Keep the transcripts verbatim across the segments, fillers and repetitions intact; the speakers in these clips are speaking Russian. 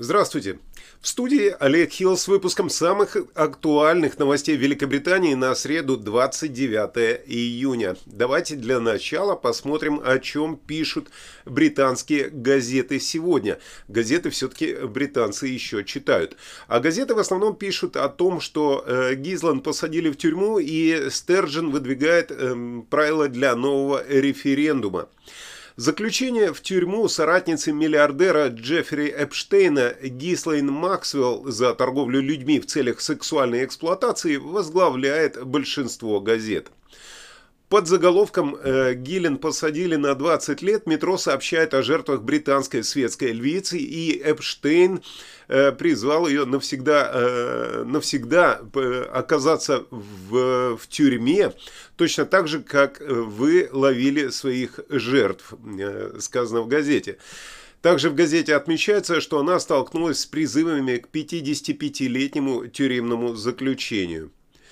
Здравствуйте. В студии Олег Хилл с выпуском самых актуальных новостей Великобритании на среду двадцать девятое июня. Давайте для начала посмотрим, о чем пишут британские газеты сегодня. Газеты все-таки британцы еще читают. А газеты в основном пишут о том, что э, Гизланд посадили в тюрьму и Стерджен выдвигает э, правила для нового референдума. Заключение в тюрьму соратницы миллиардера Джеффри Эпштейна Гhislaine Maxwell за торговлю людьми в целях сексуальной эксплуатации возглавляет большинство газет. Под заголовком «Гиллен посадили на двадцать лет» Метро сообщает о жертвах британской светской львицы, и Эпштейн призвал ее навсегда, навсегда оказаться в, в тюрьме, точно так же, как вы ловили своих жертв, сказано в газете. Также в газете отмечается, что она столкнулась с призывами к пятидесятипятилетнему тюремному заключению.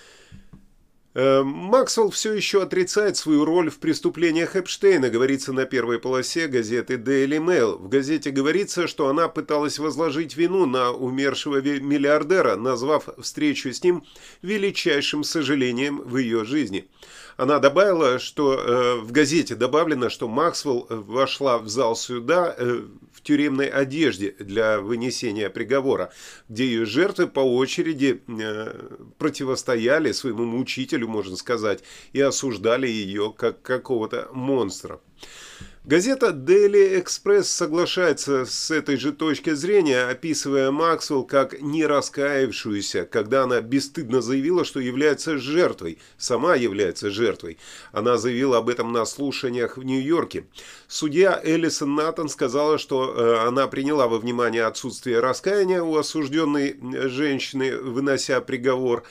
Максвелл все еще отрицает свою роль в преступлениях Эпштейна, говорится на первой полосе газеты Daily Mail. В газете говорится, что она пыталась возложить вину на умершего миллиардера, назвав встречу с ним величайшим сожалением в ее жизни. Она добавила, что э, в газете добавлено, что Максвелл вошла в зал суда э, в тюремной одежде для вынесения приговора, где ее жертвы по очереди э, противостояли своему мучителю, можно сказать, и осуждали ее как какого-то монстра. Газета Daily Express соглашается с этой же точки зрения, описывая Максвелл как не раскаявшуюся, когда она бесстыдно заявила, что является жертвой, сама является жертвой. Она заявила об этом на слушаниях в Нью-Йорке. Судья Элисон Натан сказала, что она приняла во внимание отсутствие раскаяния у осужденной женщины, вынося приговор.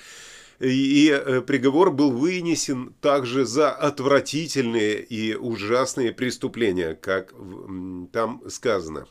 И приговор был вынесен также за отвратительные и ужасные преступления, как там сказано.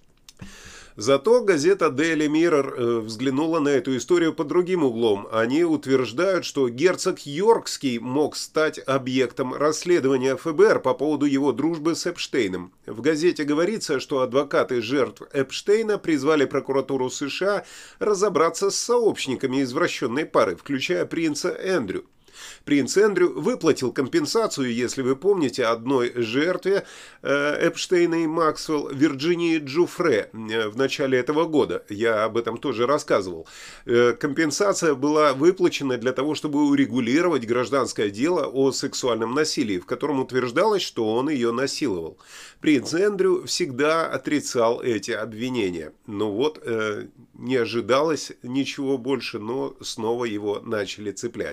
Зато газета Daily Mirror взглянула на эту историю под другим углом. Они утверждают, что герцог Йоркский мог стать объектом расследования эф бэ эр по поводу его дружбы с Эпштейном. В газете говорится, что адвокаты жертв Эпштейна призвали прокуратуру США разобраться с сообщниками извращенной пары, включая принца Эндрю. Принц Эндрю выплатил компенсацию, если вы помните, одной жертве э, Эпштейна и Максвелл, Вирджинии Джуфре, э, в начале этого года. Я об этом тоже рассказывал. Э, компенсация была выплачена для того, чтобы урегулировать гражданское дело о сексуальном насилии, в котором утверждалось, что он ее насиловал. Принц Эндрю всегда отрицал эти обвинения. Но вот э, не ожидалось ничего больше, но снова его начали цеплять.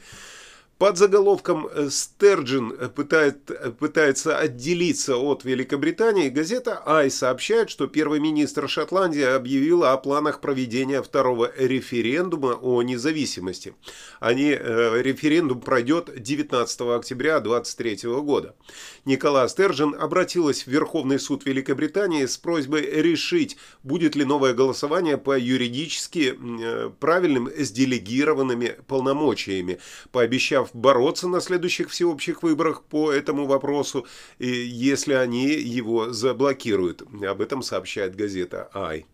Под заголовком «Стерджен пытает, пытается отделиться от Великобритании» газета «Ай» сообщает, что первый министр Шотландии объявила о планах проведения второго референдума о независимости. Они, э, референдум пройдет девятнадцатого октября две тысячи двадцать третьего года. Никола Стерджен обратилась в Верховный суд Великобритании с просьбой решить, будет ли новое голосование по юридически э, правильным с делегированными полномочиями, пообещав бороться на следующих всеобщих выборах по этому вопросу, если они его заблокируют. Об этом сообщает газета «Ай».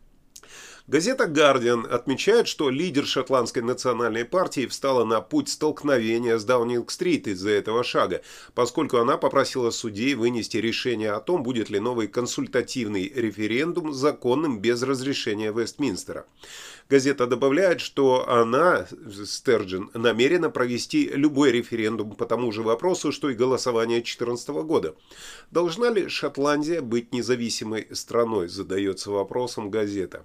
Газета «Гардиан» отмечает, что лидер шотландской национальной партии встала на путь столкновения с Даунинг-стрит из-за этого шага, поскольку она попросила судей вынести решение о том, будет ли новый консультативный референдум законным без разрешения Вестминстера. Газета добавляет, что она, Стерджен, намерена провести любой референдум по тому же вопросу, что и голосование две тысячи четырнадцатого года. Должна ли Шотландия быть независимой страной, задается вопросом газета.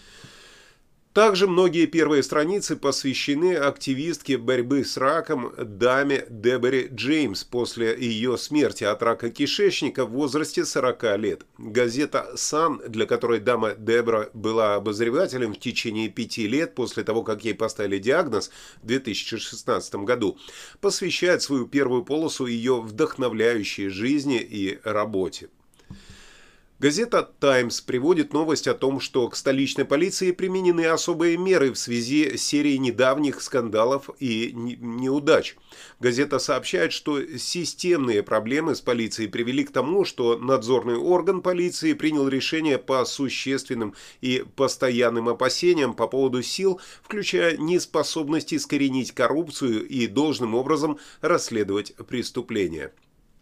Также многие первые страницы посвящены активистке борьбы с раком даме Деборе Джеймс после ее смерти от рака кишечника в возрасте сорока лет. Газета «Сан», для которой дама Дебора была обозревателем в течение пяти лет после того, как ей поставили диагноз в две тысячи шестнадцатом году, посвящает свою первую полосу ее вдохновляющей жизни и работе. Газета «Таймс» приводит новость о том, что к столичной полиции применены особые меры в связи с серией недавних скандалов и неудач. Газета сообщает, что системные проблемы с полицией привели к тому, что надзорный орган полиции принял решение по существенным и постоянным опасениям по поводу сил, включая неспособность искоренить коррупцию и должным образом расследовать преступления.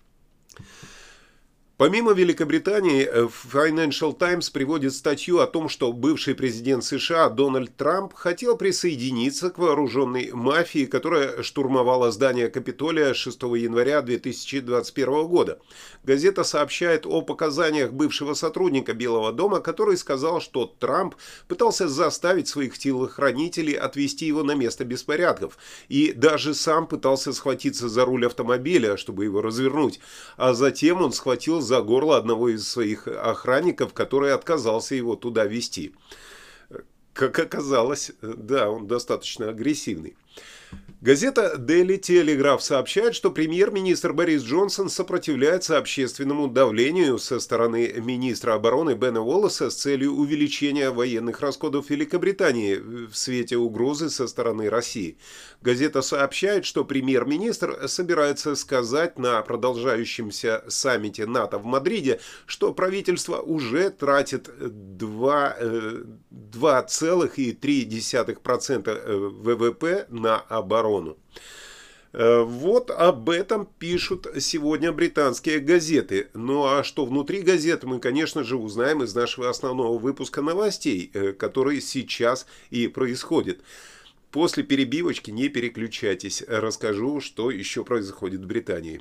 Помимо Великобритании, Financial Times приводит статью о том, что бывший президент США Дональд Трамп хотел присоединиться к вооруженной мафии, которая штурмовала здание Капитолия шестого января две тысячи двадцать первого года. Газета сообщает о показаниях бывшего сотрудника Белого дома, который сказал, что Трамп пытался заставить своих телохранителей отвезти его на место беспорядков, и даже сам пытался схватиться за руль автомобиля, чтобы его развернуть, а затем он схватил за горло одного из своих охранников, который отказался его туда везти. Как оказалось, да, он достаточно агрессивный. Газета Daily Telegraph сообщает, что премьер-министр Борис Джонсон сопротивляется общественному давлению со стороны министра обороны Бена Уоллеса с целью увеличения военных расходов Великобритании в свете угрозы со стороны России. Газета сообщает, что премьер-министр собирается сказать на продолжающемся саммите НАТО в Мадриде, что правительство уже тратит два целых три десятых процента вэ вэ пэ на оборону. Вот об этом пишут сегодня британские газеты. Ну а что внутри газет, мы, конечно же, узнаем из нашего основного выпуска новостей, который сейчас и происходит. После перебивочки не переключайтесь, расскажу, что еще происходит в Британии.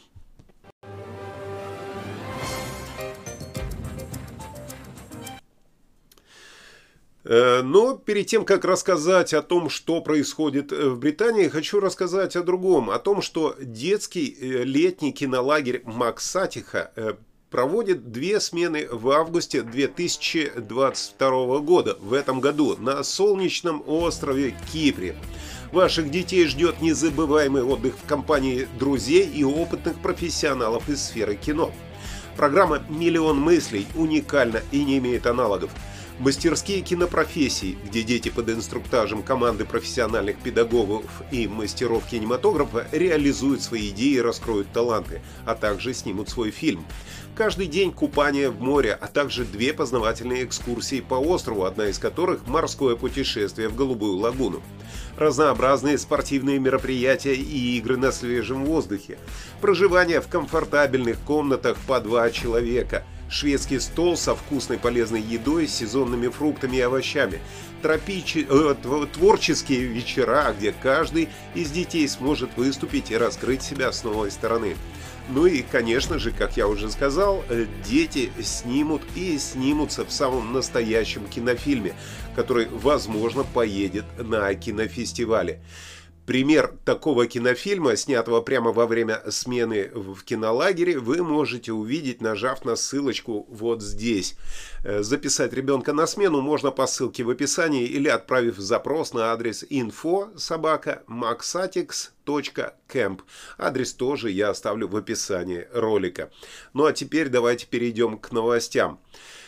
Но перед тем, как рассказать о том, что происходит в Британии, хочу рассказать о другом. О том, что детский летний кинолагерь Максатиха проводит две смены в августе две тысячи двадцать второго года, в этом году, на солнечном острове Кипре. Ваших детей ждет незабываемый отдых в компании друзей и опытных профессионалов из сферы кино. Программа «Миллион мыслей» уникальна и не имеет аналогов. Мастерские кинопрофессий, где дети под инструктажем команды профессиональных педагогов и мастеров кинематографа реализуют свои идеи и раскроют таланты, а также снимут свой фильм. Каждый день купание в море, а также две познавательные экскурсии по острову, одна из которых – морское путешествие в Голубую лагуну. Разнообразные спортивные мероприятия и игры на свежем воздухе. Проживание в комфортабельных комнатах по два человека. Шведский стол со вкусной полезной едой, сезонными фруктами и овощами. Тропичи... э, творческие вечера, где каждый из детей сможет выступить и раскрыть себя с новой стороны. Ну и, конечно же, как я уже сказал, дети снимут и снимутся в самом настоящем кинофильме, который, возможно, поедет на кинофестивале. Пример такого кинофильма, снятого прямо во время смены в кинолагере, вы можете увидеть, нажав на ссылочку вот здесь. Записать ребенка на смену можно по ссылке в описании или отправив запрос на адрес инфо собака максатикс точка кэмп. Адрес тоже я оставлю в описании ролика. Ну а теперь давайте перейдем к новостям.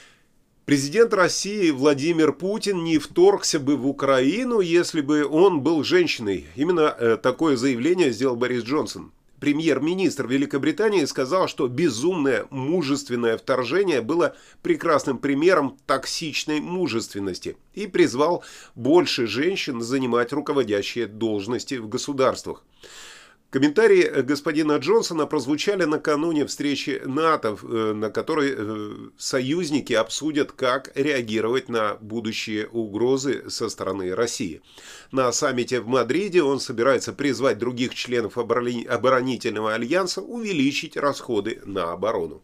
Президент России Владимир Путин не вторгся бы в Украину, если бы он был женщиной. Именно э, такое заявление сделал Борис Джонсон. Премьер-министр Великобритании сказал, что безумное мужественное вторжение было прекрасным примером токсичной мужественности и призвал больше женщин занимать руководящие должности в государствах. Комментарии господина Джонсона прозвучали накануне встречи НАТО, на которой союзники обсудят, как реагировать на будущие угрозы со стороны России. На саммите в Мадриде он собирается призвать других членов оборонительного альянса увеличить расходы на оборону.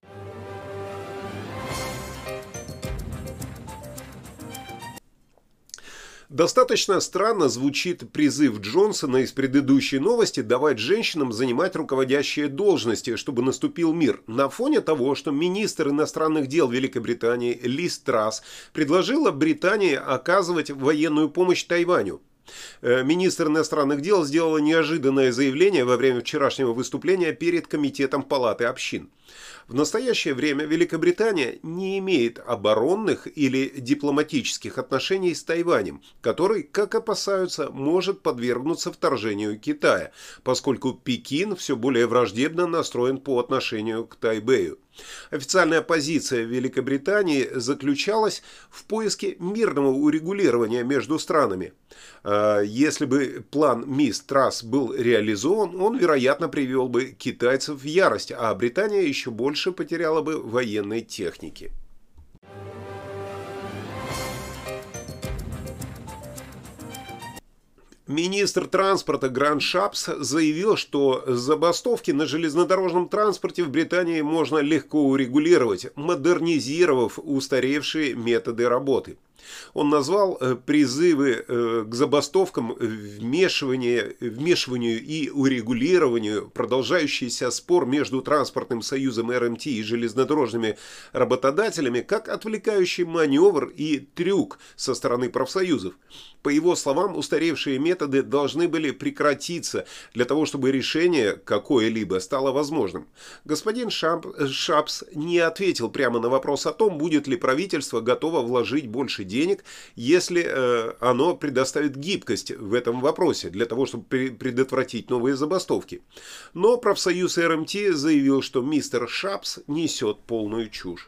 Достаточно странно звучит призыв Джонсона из предыдущей новости давать женщинам занимать руководящие должности, чтобы наступил мир, на фоне того, что министр иностранных дел Великобритании Лиз Трасс предложила Британии оказывать военную помощь Тайваню. Министр иностранных дел сделала неожиданное заявление во время вчерашнего выступления перед Комитетом Палаты общин. В настоящее время Великобритания не имеет оборонных или дипломатических отношений с Тайванем, который, как опасаются, может подвергнуться вторжению Китая, поскольку Пекин все более враждебно настроен по отношению к Тайбэю. Официальная позиция Великобритании заключалась в поиске мирного урегулирования между странами. Если бы план Мисс Трасс был реализован, он, вероятно, привел бы китайцев в ярость, а Британия еще больше потеряла бы военной техники. Министр транспорта Грант Шапс заявил, что забастовки на железнодорожном транспорте в Британии можно легко урегулировать, модернизировав устаревшие методы работы. Он назвал призывы к забастовкам, вмешиванию, вмешиванию и урегулированию продолжающийся спор между Транспортным союзом эр эм ти и железнодорожными работодателями как отвлекающий маневр и трюк со стороны профсоюзов. По его словам, устаревшие методы должны были прекратиться для того, чтобы решение какое-либо стало возможным. Господин Шап, Шапс не ответил прямо на вопрос о том, будет ли правительство готово вложить больше денег, если э, оно предоставит гибкость в этом вопросе, для того, чтобы предотвратить новые забастовки. Но профсоюз эр эм ти заявил, что мистер Шапс несет полную чушь.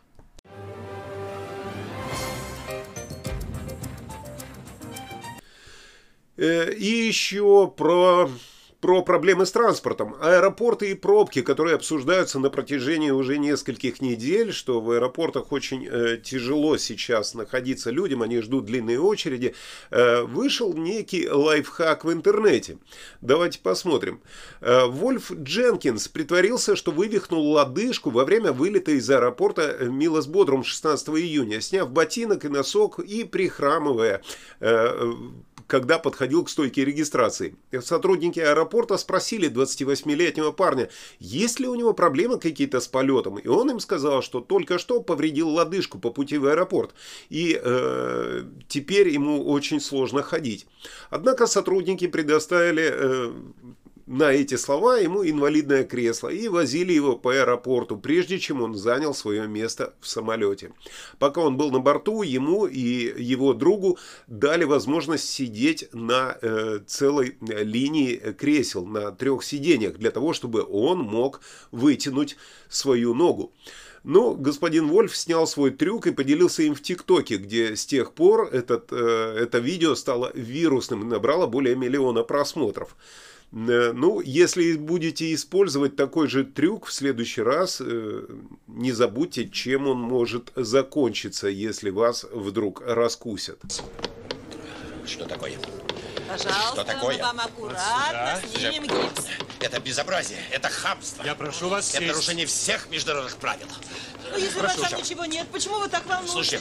И еще про, про проблемы с транспортом. Аэропорты и пробки, которые обсуждаются на протяжении уже нескольких недель, что в аэропортах очень э, тяжело сейчас находиться людям, они ждут длинные очереди. Э, вышел некий лайфхак в интернете. Давайте посмотрим. Э, Вольф Дженкинс притворился, что вывихнул лодыжку во время вылета из аэропорта Милос Бодрум шестнадцатого июня, сняв ботинок и носок и прихрамывая, э, когда подходил к стойке регистрации. Сотрудники аэропорта спросили двадцативосьмилетнего парня, есть ли у него проблемы какие-то с полетом. И он им сказал, что только что повредил лодыжку по пути в аэропорт. И э, теперь ему очень сложно ходить. Однако сотрудники предоставили... Э, на эти слова ему инвалидное кресло и возили его по аэропорту, прежде чем он занял свое место в самолете. Пока он был на борту, ему и его другу дали возможность сидеть на э, целой линии кресел, на трех сиденьях, для того, чтобы он мог вытянуть свою ногу. Но господин Вольф снял свой трюк и поделился им в ТикТоке, где с тех пор этот, э, это видео стало вирусным и набрало более миллиона просмотров. Ну, если будете использовать такой же трюк в следующий раз, не забудьте, чем он может закончиться, если вас вдруг раскусят. Что такое? Пожалуйста, Что такое? мы вам аккуратно Вот снимем гипс. Это безобразие, это хамство. Я прошу вас Это сесть. нарушение всех международных правил. Ну, если Прошу, у вас там Жак. ничего нет, почему вы так волнуетесь? Слушай.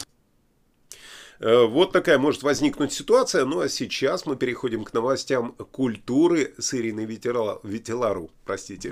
Вот такая может возникнуть ситуация. Ну а сейчас мы переходим к новостям культуры с Ириной Ветелару. Простите.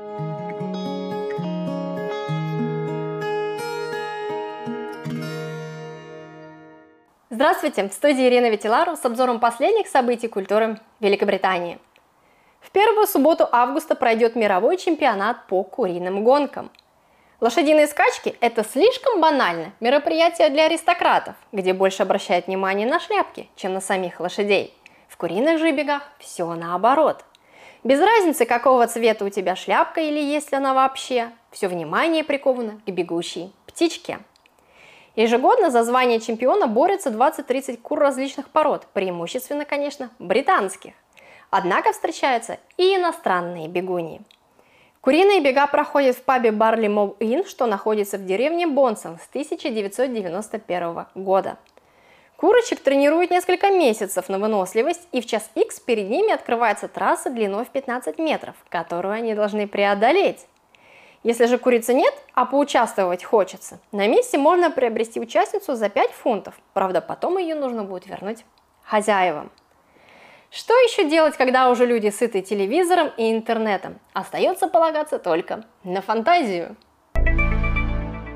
Здравствуйте, в студии Ирина Ветелару с обзором последних событий культуры Великобритании. В первую субботу августа пройдет мировой чемпионат по куриным гонкам. Лошадиные скачки – это слишком банально мероприятие для аристократов, где больше обращают внимание на шляпки, чем на самих лошадей. В куриных же бегах все наоборот. Без разницы, какого цвета у тебя шляпка или есть ли она вообще, все внимание приковано к бегущей птичке. Ежегодно за звание чемпиона борются двадцать-тридцать кур различных пород, преимущественно, конечно, британских. Однако встречаются и иностранные бегуньи. Куриные бега проходят в пабе Барли Моу Инн, что находится в деревне Бонсон с тысяча девятьсот девяносто первого года. Курочек тренируют несколько месяцев на выносливость, и в час икс перед ними открывается трасса длиной в пятнадцать метров, которую они должны преодолеть. Если же курицы нет, а поучаствовать хочется, на месте можно приобрести участницу за пять фунтов, правда потом ее нужно будет вернуть хозяевам. Что еще делать, когда уже люди сыты телевизором и интернетом? Остается полагаться только на фантазию.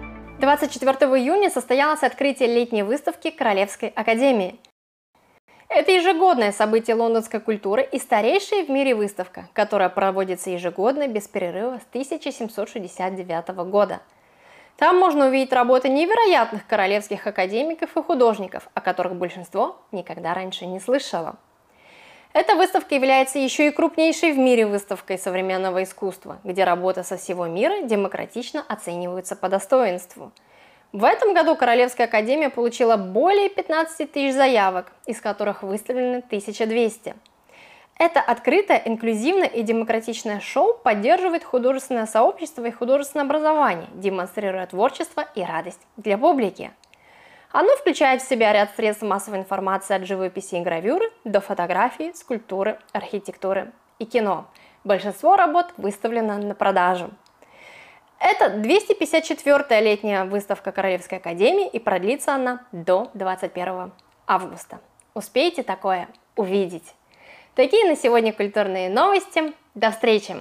двадцать четвёртого июня состоялось открытие летней выставки Королевской академии. Это ежегодное событие лондонской культуры и старейшая в мире выставка, которая проводится ежегодно без перерыва с тысяча семьсот шестьдесят девятого года. Там можно увидеть работы невероятных королевских академиков и художников, о которых большинство никогда раньше не слышало. Эта выставка является еще и крупнейшей в мире выставкой современного искусства, где работы со всего мира демократично оцениваются по достоинству. В этом году Королевская академия получила более пятнадцати тысяч заявок, из которых выставлены тысяча двести. Это открытое, инклюзивное и демократичное шоу поддерживает художественное сообщество и художественное образование, демонстрируя творчество и радость для публики. Оно включает в себя ряд средств массовой информации от живописи и гравюры до фотографии, скульптуры, архитектуры и кино. Большинство работ выставлено на продажу. Это двести пятьдесят четвёртая летняя выставка Королевской академии, и продлится она до двадцать первого августа. Успейте такое увидеть. Такие на сегодня культурные новости. До встречи!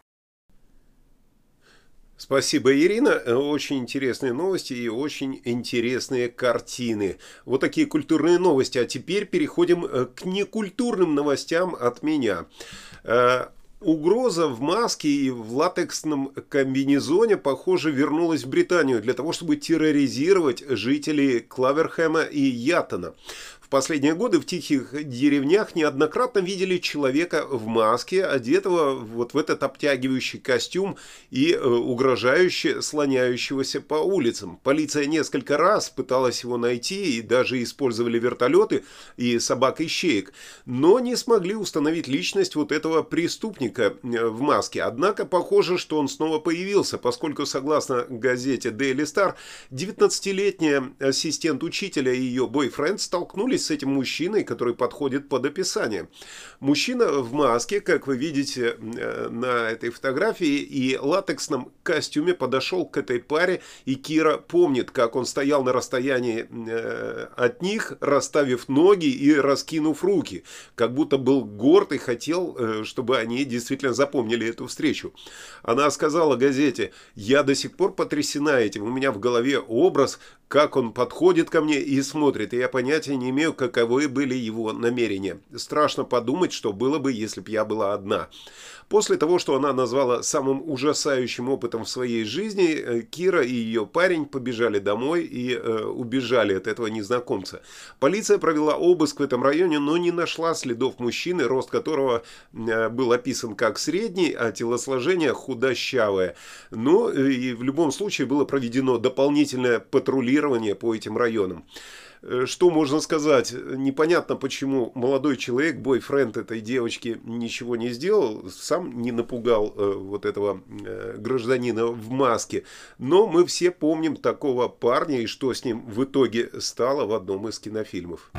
Спасибо, Ирина. Очень интересные новости и очень интересные картины. Вот такие культурные новости. А теперь переходим к некультурным новостям от меня. Угроза в маске и в латексном комбинезоне, похоже, вернулась в Британию для того, чтобы терроризировать жителей Клаверхэма и Ятона. В последние годы в тихих деревнях неоднократно видели человека в маске, одетого вот в этот обтягивающий костюм и э, угрожающе слоняющегося по улицам. Полиция несколько раз пыталась его найти и даже использовали вертолеты и собак-ищеек, но не смогли установить личность вот этого преступника в маске. Однако похоже, что он снова появился, поскольку, согласно газете Daily Star, девятнадцатилетняя ассистент учителя и ее бойфренд столкнулись с этим мужчиной, который подходит под описание. Мужчина в маске, как вы видите на этой фотографии, и латексном костюме подошел к этой паре, и Кира помнит, как он стоял на расстоянии от них, расставив ноги и раскинув руки, как будто был горд и хотел, чтобы они действительно запомнили эту встречу. Она сказала газете: «Я до сих пор потрясена этим, у меня в голове образ, как он подходит ко мне и смотрит, и я понятия не имею, каковы были его намерения. Страшно подумать, что было бы, если бы я была одна». После того, что она назвала самым ужасающим опытом в своей жизни, Кира и ее парень побежали домой и э, убежали от этого незнакомца. Полиция провела обыск в этом районе, но не нашла следов мужчины, рост которого э, был описан как средний, а телосложение худощавое. Но э, и в любом случае было проведено дополнительное патрулирование по этим районам. Что можно сказать? Непонятно, почему молодой человек, бойфренд этой девочки, ничего не сделал, сам не напугал э, вот этого э, гражданина в маске. Но мы все помним такого парня и что с ним в итоге стало в одном из кинофильмов.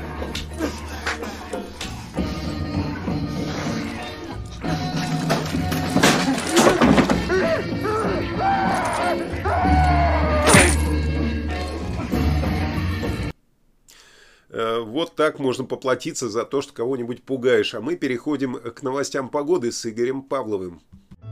Вот так можно поплатиться за то, что кого-нибудь пугаешь. А мы переходим к новостям погоды с Игорем Павловым.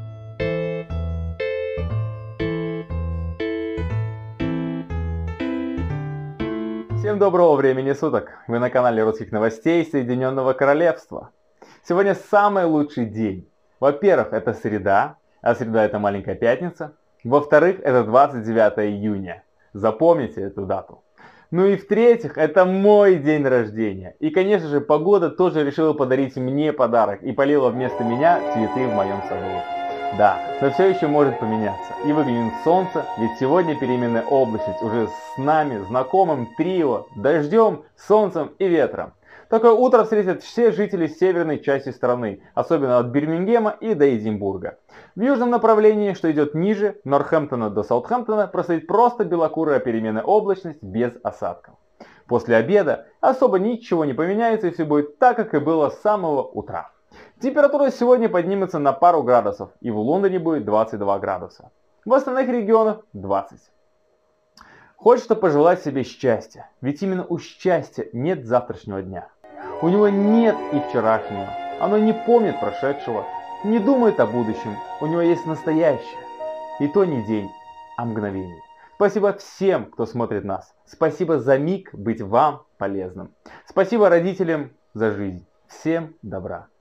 Всем доброго времени суток! Вы на канале русских новостей Соединенного Королевства. Сегодня самый лучший день. Во-первых, это среда, а среда это маленькая пятница. Во-вторых, это двадцать девятое июня. Запомните эту дату. Ну и в-третьих, это мой день рождения. И, конечно же, погода тоже решила подарить мне подарок и полила вместо меня цветы в моем саду. Да, но все еще может поменяться. И выглянет солнце, ведь сегодня переменная облачность уже с нами, знакомым трио, дождем, солнцем и ветром. Такое утро встретят все жители северной части страны, особенно от Бирмингема и до Эдинбурга. В южном направлении, что идет ниже, Нортхэмптона до Саутгемптона, простоит просто белокурая переменная облачность без осадков. После обеда особо ничего не поменяется и все будет так, как и было с самого утра. Температура сегодня поднимется на пару градусов, и в Лондоне будет двадцать два градуса. В остальных регионах двадцать. Хочется пожелать себе счастья, ведь именно у счастья нет завтрашнего дня. У него нет и вчерашнего, оно не помнит прошедшего, не думает о будущем, у него есть настоящее. И то не день, а мгновение. Спасибо всем, кто смотрит нас. Спасибо за миг быть вам полезным. Спасибо родителям, за жизнь. Всем добра!